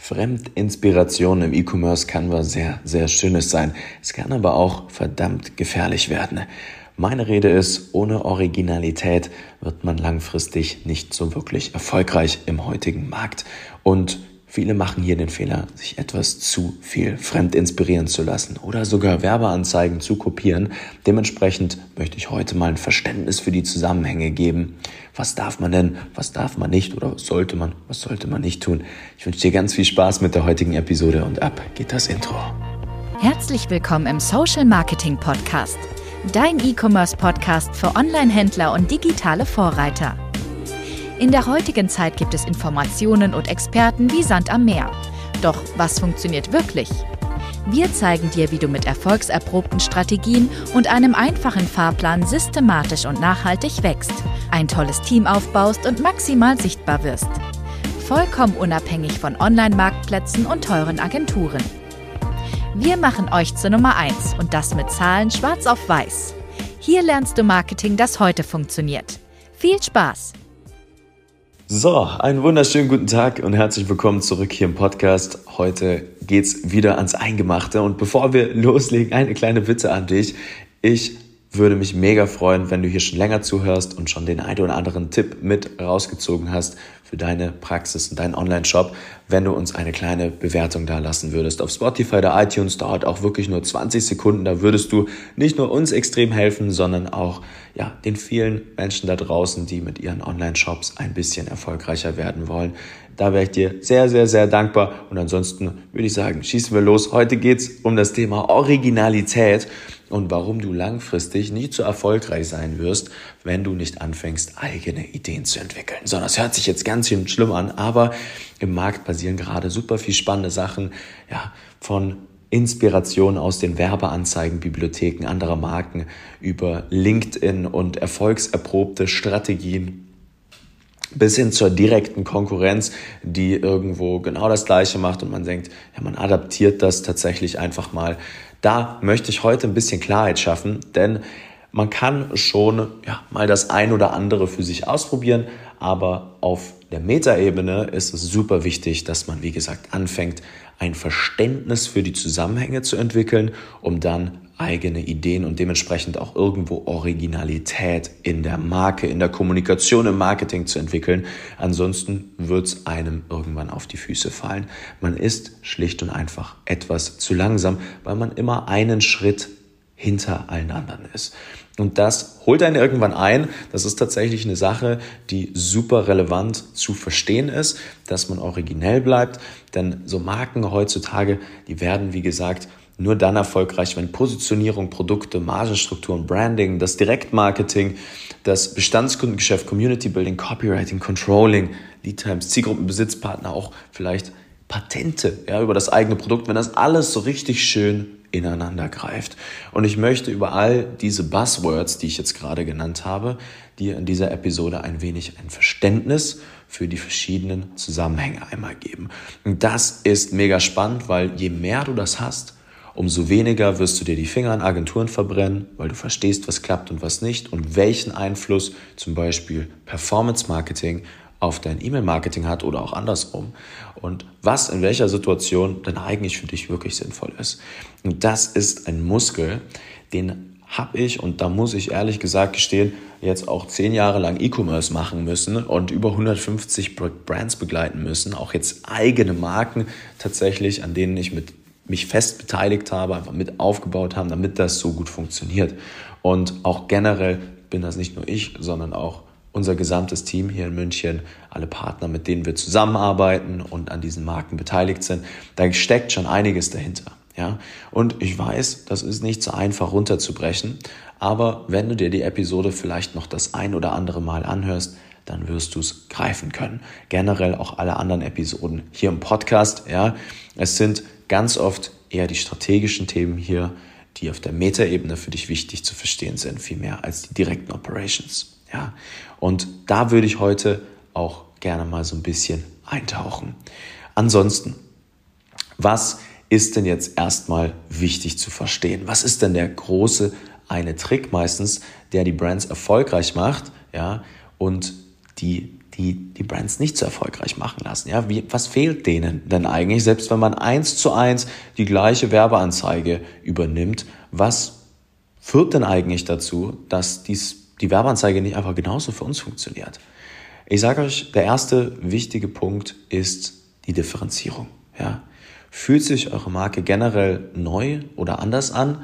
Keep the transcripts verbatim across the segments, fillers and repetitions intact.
Fremdinspiration im E-Commerce kann was sehr, sehr Schönes sein. Es kann aber auch verdammt gefährlich werden. Meine Rede ist, ohne Originalität wird man langfristig nicht so wirklich erfolgreich im heutigen Markt. Und viele machen hier den Fehler, sich etwas zu viel fremd inspirieren zu lassen oder sogar Werbeanzeigen zu kopieren. Dementsprechend möchte ich heute mal ein Verständnis für die Zusammenhänge geben. Was darf man denn, was darf man nicht oder was sollte man, was sollte man nicht tun? Ich wünsche dir ganz viel Spaß mit der heutigen Episode und ab geht das Intro. Herzlich willkommen im Social Marketing Podcast, dein E-Commerce-Podcast für Online-Händler und digitale Vorreiter. In der heutigen Zeit gibt es Informationen und Experten wie Sand am Meer. Doch was funktioniert wirklich? Wir zeigen dir, wie du mit erfolgserprobten Strategien und einem einfachen Fahrplan systematisch und nachhaltig wächst, ein tolles Team aufbaust und maximal sichtbar wirst. Vollkommen unabhängig von Online-Marktplätzen und teuren Agenturen. Wir machen euch zur Nummer eins und das mit Zahlen schwarz auf weiß. Hier lernst du Marketing, das heute funktioniert. Viel Spaß! So, einen wunderschönen guten Tag und herzlich willkommen zurück hier im Podcast. Heute geht's wieder ans Eingemachte und bevor wir loslegen, eine kleine Bitte an dich. Ich würde mich mega freuen, wenn du hier schon länger zuhörst und schon den einen oder anderen Tipp mit rausgezogen hast für deine Praxis und deinen Online-Shop, wenn du uns eine kleine Bewertung da lassen würdest. Auf Spotify oder iTunes dauert auch wirklich nur zwanzig Sekunden. Da würdest du nicht nur uns extrem helfen, sondern auch ja, den vielen Menschen da draußen, die mit ihren Online-Shops ein bisschen erfolgreicher werden wollen. Da wäre ich dir sehr, sehr, sehr dankbar. Und ansonsten würde ich sagen, schießen wir los. Heute geht's um das Thema Originalität und warum du langfristig nicht so erfolgreich sein wirst, wenn du nicht anfängst, eigene Ideen zu entwickeln. So, das hört sich jetzt ganz schön schlimm an, aber im Markt passieren gerade super viel spannende Sachen, ja, von Inspiration aus den Werbeanzeigenbibliotheken anderer Marken über LinkedIn und erfolgserprobte Strategien bis hin zur direkten Konkurrenz, die irgendwo genau das Gleiche macht und man denkt, ja, man adaptiert das tatsächlich einfach mal. Da möchte ich heute ein bisschen Klarheit schaffen, denn man kann schon ja, mal das ein oder andere für sich ausprobieren, aber auf der Metaebene ist es super wichtig, dass man, wie gesagt, anfängt, ein Verständnis für die Zusammenhänge zu entwickeln, um dann eigene Ideen und dementsprechend auch irgendwo Originalität in der Marke, in der Kommunikation, im Marketing zu entwickeln. Ansonsten wird es einem irgendwann auf die Füße fallen. Man ist schlicht und einfach etwas zu langsam, weil man immer einen Schritt hinter allen anderen ist. Und das holt einen irgendwann ein. Das ist tatsächlich eine Sache, die super relevant zu verstehen ist, dass man originell bleibt. Denn so Marken heutzutage, die werden, wie gesagt, nur dann erfolgreich, wenn Positionierung, Produkte, Margenstrukturen, Branding, das Direktmarketing, das Bestandskundengeschäft, Community Building, Copywriting, Controlling, Lead Times, Zielgruppenbesitzpartner, auch vielleicht Patente ja, über das eigene Produkt, wenn das alles so richtig schön ineinander greift. Und ich möchte über all diese Buzzwords, die ich jetzt gerade genannt habe, dir in dieser Episode ein wenig ein Verständnis für die verschiedenen Zusammenhänge einmal geben. Und das ist mega spannend, weil je mehr du das hast, umso weniger wirst du dir die Finger an Agenturen verbrennen, weil du verstehst, was klappt und was nicht und welchen Einfluss zum Beispiel Performance Marketing auf dein E-Mail-Marketing hat oder auch andersrum und was in welcher Situation dann eigentlich für dich wirklich sinnvoll ist. Und das ist ein Muskel, den habe ich, und da muss ich ehrlich gesagt gestehen, jetzt auch zehn Jahre lang E-Commerce machen müssen und über hundertfünfzig Brands begleiten müssen, auch jetzt eigene Marken tatsächlich, an denen ich mit mich fest beteiligt habe, einfach mit aufgebaut haben, damit das so gut funktioniert. Und auch generell bin das nicht nur ich, sondern auch unser gesamtes Team hier in München, alle Partner, mit denen wir zusammenarbeiten und an diesen Marken beteiligt sind. Da steckt schon einiges dahinter. Ja? Und ich weiß, das ist nicht so einfach runterzubrechen, aber wenn du dir die Episode vielleicht noch das ein oder andere Mal anhörst, dann wirst du es greifen können. Generell auch alle anderen Episoden hier im Podcast. Ja? Es sind ganz oft eher die strategischen Themen hier, die auf der Metaebene für dich wichtig zu verstehen sind, viel mehr als die direkten Operations. Ja? Und da würde ich heute auch gerne mal so ein bisschen eintauchen. Ansonsten, was ist denn jetzt erstmal wichtig zu verstehen? Was ist denn der große eine Trick meistens, der die Brands erfolgreich macht, ja, und die die die Brands nicht so erfolgreich machen lassen. Ja, wie, was fehlt denen denn eigentlich, selbst wenn man eins zu eins die gleiche Werbeanzeige übernimmt? Was führt denn eigentlich dazu, dass dies, die Werbeanzeige nicht einfach genauso für uns funktioniert? Ich sage euch, der erste wichtige Punkt ist die Differenzierung. Ja? Fühlt sich eure Marke generell neu oder anders an?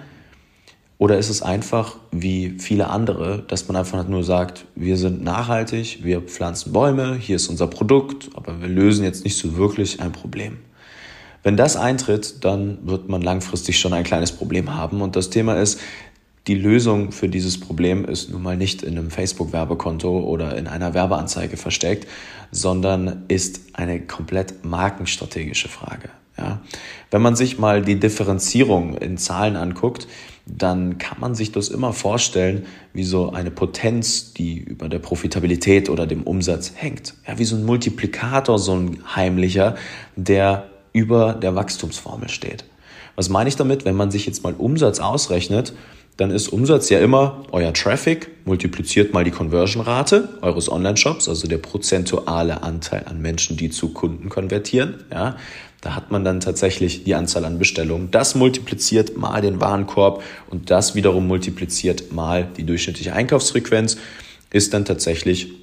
Oder ist es einfach wie viele andere, dass man einfach nur sagt, wir sind nachhaltig, wir pflanzen Bäume, hier ist unser Produkt, aber wir lösen jetzt nicht so wirklich ein Problem. Wenn das eintritt, dann wird man langfristig schon ein kleines Problem haben. Und das Thema ist, die Lösung für dieses Problem ist nun mal nicht in einem Facebook-Werbekonto oder in einer Werbeanzeige versteckt, sondern ist eine komplett markenstrategische Frage. Ja? Wenn man sich mal die Differenzierung in Zahlen anguckt, dann kann man sich das immer vorstellen wie so eine Potenz, die über der Profitabilität oder dem Umsatz hängt. Ja, wie so ein Multiplikator, so ein heimlicher, der über der Wachstumsformel steht. Was meine ich damit? Wenn man sich jetzt mal Umsatz ausrechnet, dann ist Umsatz ja immer euer Traffic, multipliziert mal die Conversion-Rate eures Online-Shops, also der prozentuale Anteil an Menschen, die zu Kunden konvertieren. Ja, da hat man dann tatsächlich die Anzahl an Bestellungen. Das multipliziert mal den Warenkorb und das wiederum multipliziert mal die durchschnittliche Einkaufsfrequenz, ist dann tatsächlich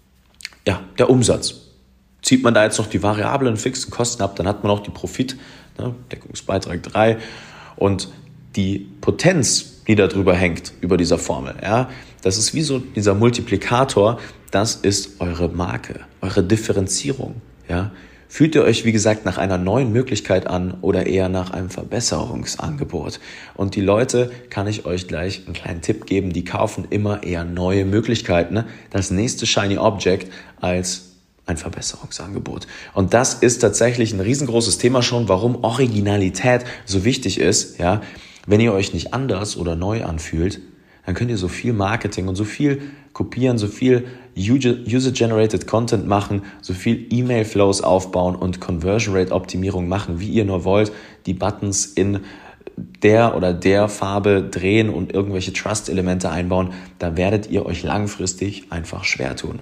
ja, der Umsatz. Zieht man da jetzt noch die variablen fixen Kosten ab, dann hat man auch die Profit, ne, Deckungsbeitrag drei und die Potenz, die da drüber hängt, über dieser Formel. Ja, das ist wie so dieser Multiplikator, das ist eure Marke, eure Differenzierung. Ja, fühlt ihr euch, wie gesagt, nach einer neuen Möglichkeit an oder eher nach einem Verbesserungsangebot? Und die Leute, kann ich euch gleich einen kleinen Tipp geben, die kaufen immer eher neue Möglichkeiten, ne? Das nächste Shiny Object als ein Verbesserungsangebot. Und das ist tatsächlich ein riesengroßes Thema schon, warum Originalität so wichtig ist. Ja, wenn ihr euch nicht anders oder neu anfühlt, dann könnt ihr so viel Marketing und so viel kopieren, so viel User-Generated Content machen, so viel E-Mail-Flows aufbauen und Conversion-Rate-Optimierung machen, wie ihr nur wollt, die Buttons in der oder der Farbe drehen und irgendwelche Trust-Elemente einbauen, da werdet ihr euch langfristig einfach schwer tun.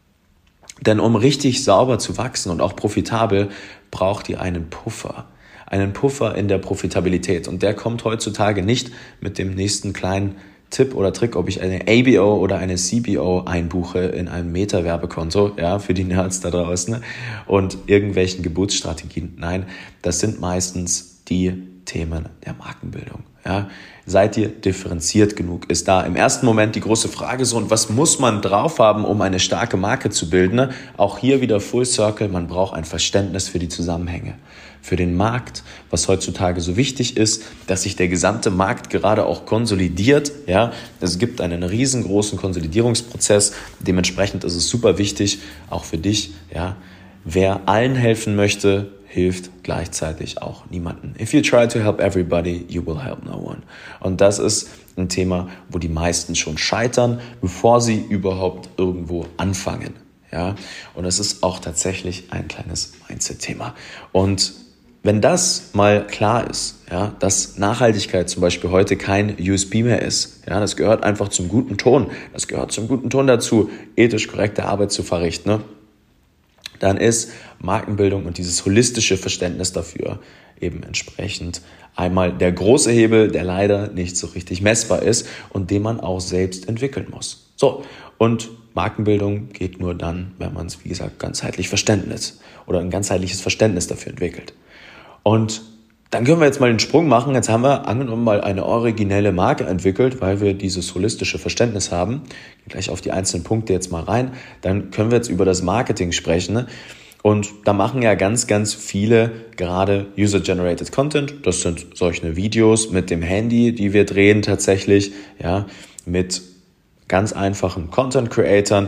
Denn um richtig sauber zu wachsen und auch profitabel, braucht ihr einen Puffer. Einen Puffer in der Profitabilität. Und der kommt heutzutage nicht mit dem nächsten kleinen Tipp oder Trick, ob ich eine A B O oder eine C B O einbuche in einem Meta-Werbekonto, ja, für die Nerds da draußen, und irgendwelchen Geburtsstrategien. Nein, das sind meistens die Themen der Markenbildung. Ja, seid ihr differenziert genug? Ist da im ersten Moment die große Frage so, und was muss man drauf haben, um eine starke Marke zu bilden? Auch hier wieder Full Circle, man braucht ein Verständnis für die Zusammenhänge, für den Markt, was heutzutage so wichtig ist, dass sich der gesamte Markt gerade auch konsolidiert. Ja, es gibt einen riesengroßen Konsolidierungsprozess, dementsprechend ist es super wichtig, auch für dich, ja, wer allen helfen möchte, hilft gleichzeitig auch niemanden. If you try to help everybody, you will help no one. Und das ist ein Thema, wo die meisten schon scheitern, bevor sie überhaupt irgendwo anfangen. Ja, und es ist auch tatsächlich ein kleines Mindset-Thema. Und wenn das mal klar ist, ja, dass Nachhaltigkeit zum Beispiel heute kein U S P mehr ist, ja, das gehört einfach zum guten Ton, das gehört zum guten Ton dazu, ethisch korrekte Arbeit zu verrichten, ne? Dann ist Markenbildung und dieses holistische Verständnis dafür eben entsprechend einmal der große Hebel, der leider nicht so richtig messbar ist und den man auch selbst entwickeln muss. So, und Markenbildung geht nur dann, wenn man es, wie gesagt, ganzheitlich Verständnis oder ein ganzheitliches Verständnis dafür entwickelt. Und dann können wir jetzt mal den Sprung machen. Jetzt haben wir angenommen mal eine originelle Marke entwickelt, weil wir dieses holistische Verständnis haben. Gehen gleich auf die einzelnen Punkte jetzt mal rein. Dann können wir jetzt über das Marketing sprechen. Und da machen ja ganz, ganz viele gerade User-Generated Content. Das sind solche Videos mit dem Handy, die wir drehen tatsächlich, ja, mit ganz einfachen Content-Creatern.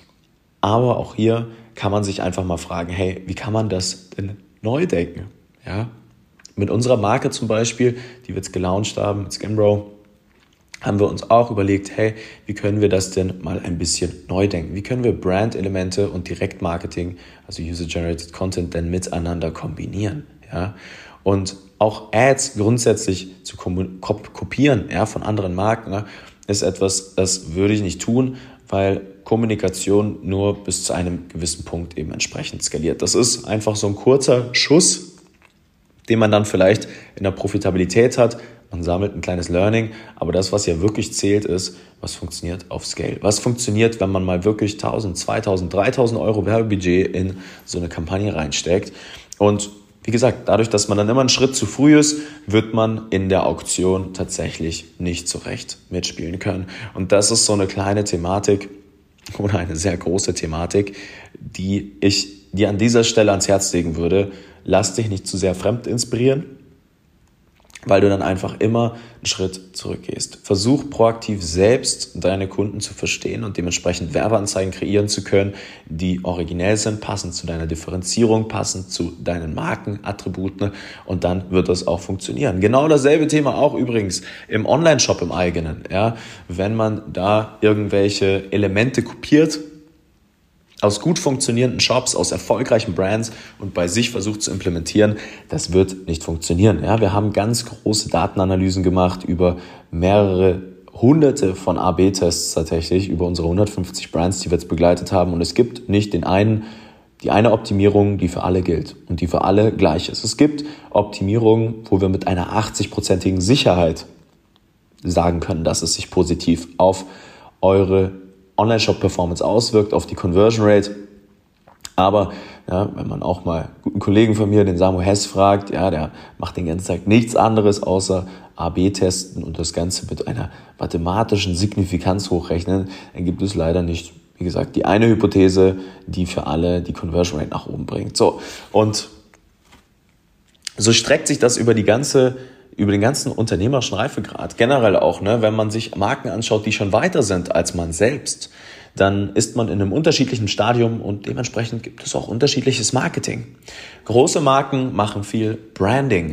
Aber auch hier kann man sich einfach mal fragen, hey, wie kann man das denn neu denken? Ja, mit unserer Marke zum Beispiel, die wir jetzt gelauncht haben, mit Skinbro, haben wir uns auch überlegt, hey, wie können wir das denn mal ein bisschen neu denken? Wie können wir Brand-Elemente und Direktmarketing, also User-Generated Content, denn miteinander kombinieren? Ja, und auch Ads grundsätzlich zu kopieren, ja, von anderen Marken, ja, ist etwas, das würde ich nicht tun, weil Kommunikation nur bis zu einem gewissen Punkt eben entsprechend skaliert. Das ist einfach so ein kurzer Schuss, den man dann vielleicht in der Profitabilität hat. Man sammelt ein kleines Learning, aber das, was ja wirklich zählt, ist, was funktioniert auf Scale. Was funktioniert, wenn man mal wirklich tausend, zweitausend, dreitausend Euro Werbebudget in so eine Kampagne reinsteckt. Und wie gesagt, dadurch, dass man dann immer einen Schritt zu früh ist, wird man in der Auktion tatsächlich nicht so recht mitspielen können. Und das ist so eine kleine Thematik oder eine sehr große Thematik, die ich dir an dieser Stelle ans Herz legen würde. Lass dich nicht zu sehr fremd inspirieren, weil du dann einfach immer einen Schritt zurückgehst. Versuch proaktiv selbst deine Kunden zu verstehen und dementsprechend Werbeanzeigen kreieren zu können, die originell sind, passend zu deiner Differenzierung, passend zu deinen Markenattributen, und dann wird das auch funktionieren. Genau dasselbe Thema auch übrigens im Online-Shop im eigenen. Ja, wenn man da irgendwelche Elemente kopiert aus gut funktionierenden Shops, aus erfolgreichen Brands und bei sich versucht zu implementieren, das wird nicht funktionieren. Ja, wir haben ganz große Datenanalysen gemacht über mehrere hunderte von A B Tests tatsächlich, über unsere hundertfünfzig Brands, die wir jetzt begleitet haben. Und es gibt nicht den einen, die eine Optimierung, die für alle gilt und die für alle gleich ist. Es gibt Optimierungen, wo wir mit einer achtzig-prozentigen Sicherheit sagen können, dass es sich positiv auf eure Online-Shop-Performance auswirkt, auf die Conversion Rate. Aber ja, wenn man auch mal einen guten Kollegen von mir, den Samu Hess, fragt, ja, der macht den ganzen Tag nichts anderes außer A B testen und das Ganze mit einer mathematischen Signifikanz hochrechnen, dann gibt es leider nicht, wie gesagt, die eine Hypothese, die für alle die Conversion Rate nach oben bringt. So, und so streckt sich das über die ganze über den ganzen unternehmerischen Reifegrad, generell auch, ne, wenn man sich Marken anschaut, die schon weiter sind als man selbst, dann ist man in einem unterschiedlichen Stadium und dementsprechend gibt es auch unterschiedliches Marketing. Große Marken machen viel Branding,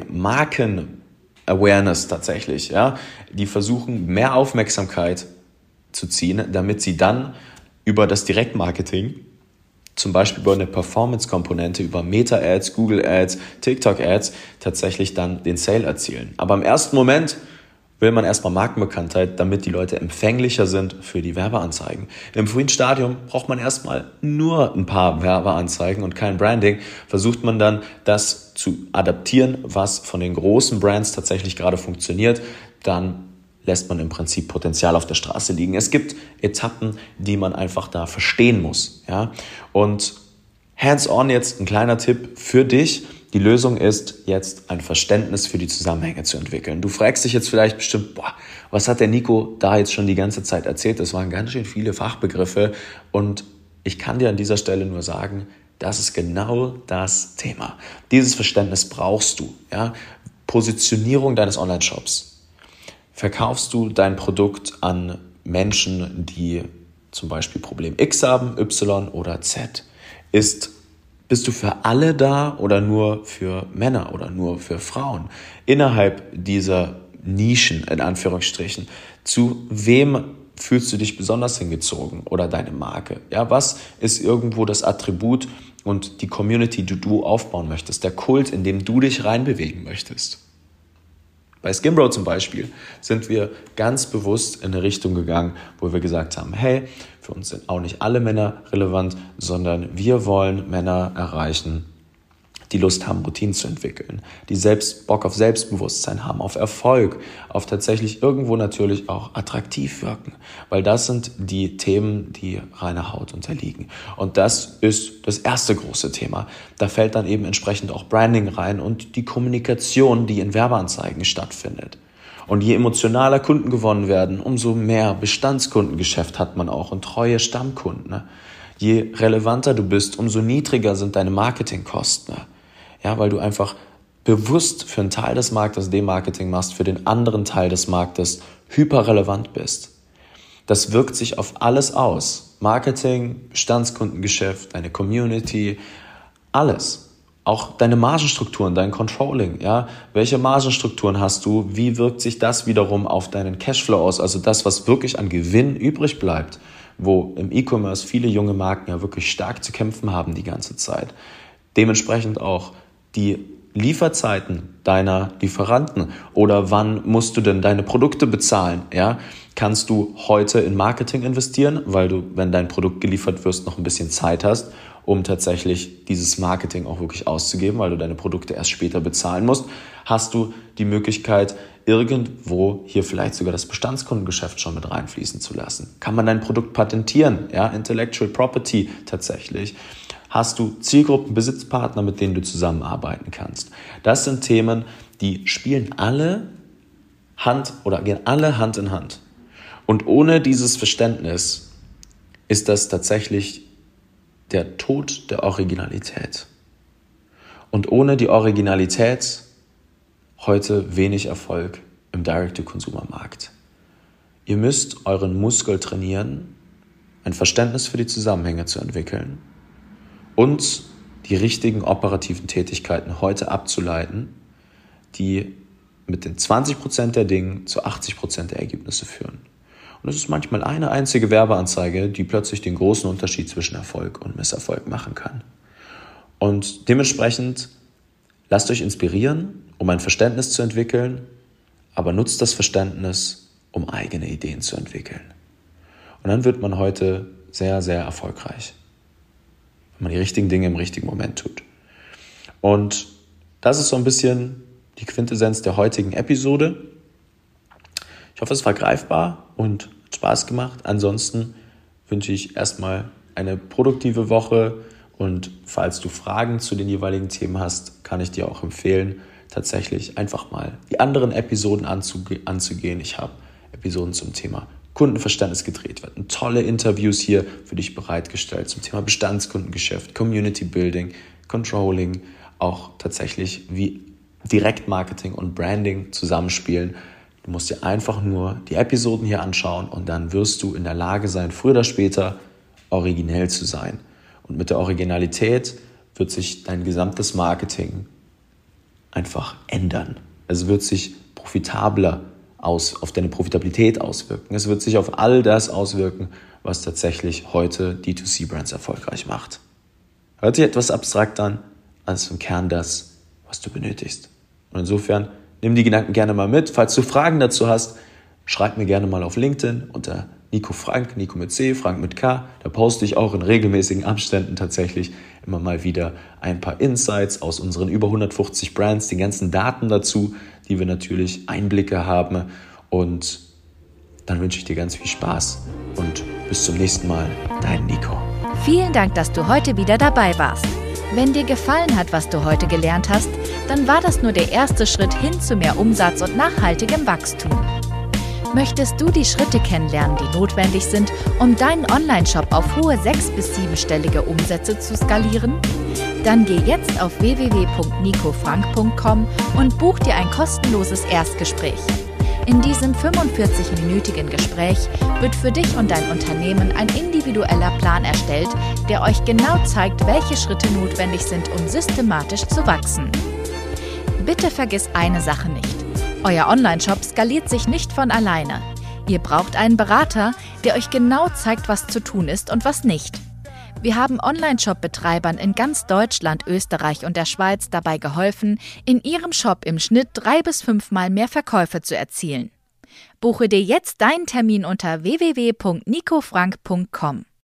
Marken-Awareness tatsächlich, ja, die versuchen mehr Aufmerksamkeit zu ziehen, damit sie dann über das Direktmarketing, zum Beispiel über eine Performance-Komponente, über Meta-Ads, Google-Ads, TikTok-Ads, tatsächlich dann den Sale erzielen. Aber im ersten Moment will man erstmal Markenbekanntheit, damit die Leute empfänglicher sind für die Werbeanzeigen. Im frühen Stadium braucht man erstmal nur ein paar Werbeanzeigen und kein Branding. Versucht man dann, das zu adaptieren, was von den großen Brands tatsächlich gerade funktioniert, dann lässt man im Prinzip Potenzial auf der Straße liegen. Es gibt Etappen, die man einfach da verstehen muss. Ja? Und hands-on jetzt ein kleiner Tipp für dich. Die Lösung ist, jetzt ein Verständnis für die Zusammenhänge zu entwickeln. Du fragst dich jetzt vielleicht bestimmt, boah, was hat der Nico da jetzt schon die ganze Zeit erzählt? Das waren ganz schön viele Fachbegriffe. Und ich kann dir an dieser Stelle nur sagen, das ist genau das Thema. Dieses Verständnis brauchst du. Ja? Positionierung deines Online-Shops. Verkaufst du dein Produkt an Menschen, die zum Beispiel Problem X haben, Y oder Z? Ist, bist du für alle da oder nur für Männer oder nur für Frauen? Innerhalb dieser Nischen, in Anführungsstrichen, zu wem fühlst du dich besonders hingezogen oder deine Marke? Ja, was ist irgendwo das Attribut und die Community, die du aufbauen möchtest, der Kult, in dem du dich reinbewegen möchtest? Bei Skimbro zum Beispiel sind wir ganz bewusst in eine Richtung gegangen, wo wir gesagt haben, hey, für uns sind auch nicht alle Männer relevant, sondern wir wollen Männer erreichen, die Lust haben, Routinen zu entwickeln, die selbst Bock auf Selbstbewusstsein haben, auf Erfolg, auf tatsächlich irgendwo natürlich auch attraktiv wirken, weil das sind die Themen, die reiner Haut unterliegen. Und das ist das erste große Thema. Da fällt dann eben entsprechend auch Branding rein und die Kommunikation, die in Werbeanzeigen stattfindet. Und je emotionaler Kunden gewonnen werden, umso mehr Bestandskundengeschäft hat man auch und treue Stammkunden. Ne? Je relevanter du bist, umso niedriger sind deine Marketingkosten. Ne? Ja, weil du einfach bewusst für einen Teil des Marktes Demarketing machst, für den anderen Teil des Marktes hyperrelevant bist. Das wirkt sich auf alles aus. Marketing, Bestandskundengeschäft, deine Community, alles. Auch deine Margenstrukturen, dein Controlling. Ja? Welche Margenstrukturen hast du? Wie wirkt sich das wiederum auf deinen Cashflow aus? Also das, was wirklich an Gewinn übrig bleibt, wo im E-Commerce viele junge Marken ja wirklich stark zu kämpfen haben die ganze Zeit. Dementsprechend auch die Lieferzeiten deiner Lieferanten oder wann musst du denn deine Produkte bezahlen? Ja? Kannst du heute in Marketing investieren, weil du, wenn dein Produkt geliefert wird, noch ein bisschen Zeit hast, um tatsächlich dieses Marketing auch wirklich auszugeben, weil du deine Produkte erst später bezahlen musst? Hast du die Möglichkeit, irgendwo hier vielleicht sogar das Bestandskundengeschäft schon mit reinfließen zu lassen? Kann man dein Produkt patentieren? Ja, Intellectual Property tatsächlich. Hast du Zielgruppen, Besitzpartner, mit denen du zusammenarbeiten kannst? Das sind Themen, die spielen alle Hand oder gehen alle Hand in Hand. Und ohne dieses Verständnis ist das tatsächlich der Tod der Originalität. Und ohne die Originalität heute wenig Erfolg im Direct-to-Consumer-Markt. Ihr müsst euren Muskel trainieren, ein Verständnis für die Zusammenhänge zu entwickeln und die richtigen operativen Tätigkeiten heute abzuleiten, die mit den zwanzig Prozent der Dinge zu achtzig Prozent der Ergebnisse führen. Und es ist manchmal eine einzige Werbeanzeige, die plötzlich den großen Unterschied zwischen Erfolg und Misserfolg machen kann. Und dementsprechend lasst euch inspirieren, um ein Verständnis zu entwickeln, aber nutzt das Verständnis, um eigene Ideen zu entwickeln. Und dann wird man heute sehr, sehr erfolgreich, wenn man die richtigen Dinge im richtigen Moment tut. Und das ist so ein bisschen die Quintessenz der heutigen Episode. Ich hoffe, es war greifbar und hat Spaß gemacht. Ansonsten wünsche ich erstmal eine produktive Woche und falls du Fragen zu den jeweiligen Themen hast, kann ich dir auch empfehlen, tatsächlich einfach mal die anderen Episoden anzuge- anzugehen. Ich habe Episoden zum Thema Kundenverständnis gedreht, werden tolle Interviews hier für dich bereitgestellt zum Thema Bestandskundengeschäft, Community Building, Controlling, auch tatsächlich wie Direktmarketing und Branding zusammenspielen. Du musst dir einfach nur die Episoden hier anschauen und dann wirst du in der Lage sein, früher oder später originell zu sein. Und mit der Originalität wird sich dein gesamtes Marketing einfach ändern. Es wird sich profitabler aus, auf deine Profitabilität auswirken. Es wird sich auf all das auswirken, was tatsächlich heute D zwei C Brands erfolgreich macht. Hört sich etwas abstrakt an, als im Kern das, was du benötigst. Und insofern nimm die Gedanken gerne mal mit. Falls du Fragen dazu hast, schreib mir gerne mal auf LinkedIn unter Nico Frank, Nico mit C, Frank mit K. Da poste ich auch in regelmäßigen Abständen tatsächlich immer mal wieder ein paar Insights aus unseren über hundertfünfzig Brands, die ganzen Daten dazu, die wir natürlich Einblicke haben. Und dann wünsche ich dir ganz viel Spaß und bis zum nächsten Mal, dein Nico. Vielen Dank, dass du heute wieder dabei warst. Wenn dir gefallen hat, was du heute gelernt hast, dann war das nur der erste Schritt hin zu mehr Umsatz und nachhaltigem Wachstum. Möchtest du die Schritte kennenlernen, die notwendig sind, um deinen Online-Shop auf hohe sechs- bis siebenstellige Umsätze zu skalieren? Dann geh jetzt auf w w w punkt nico frank punkt com und buch dir ein kostenloses Erstgespräch. In diesem fünfundvierzig-minütigen Gespräch wird für dich und dein Unternehmen ein individueller Plan erstellt, der euch genau zeigt, welche Schritte notwendig sind, um systematisch zu wachsen. Bitte vergiss eine Sache nicht. Euer Online-Shop skaliert sich nicht von alleine. Ihr braucht einen Berater, der euch genau zeigt, was zu tun ist und was nicht. Wir haben Online-Shop-Betreibern in ganz Deutschland, Österreich und der Schweiz dabei geholfen, in ihrem Shop im Schnitt drei bis fünfmal mehr Verkäufe zu erzielen. Buche dir jetzt deinen Termin unter w w w punkt nico frank punkt com.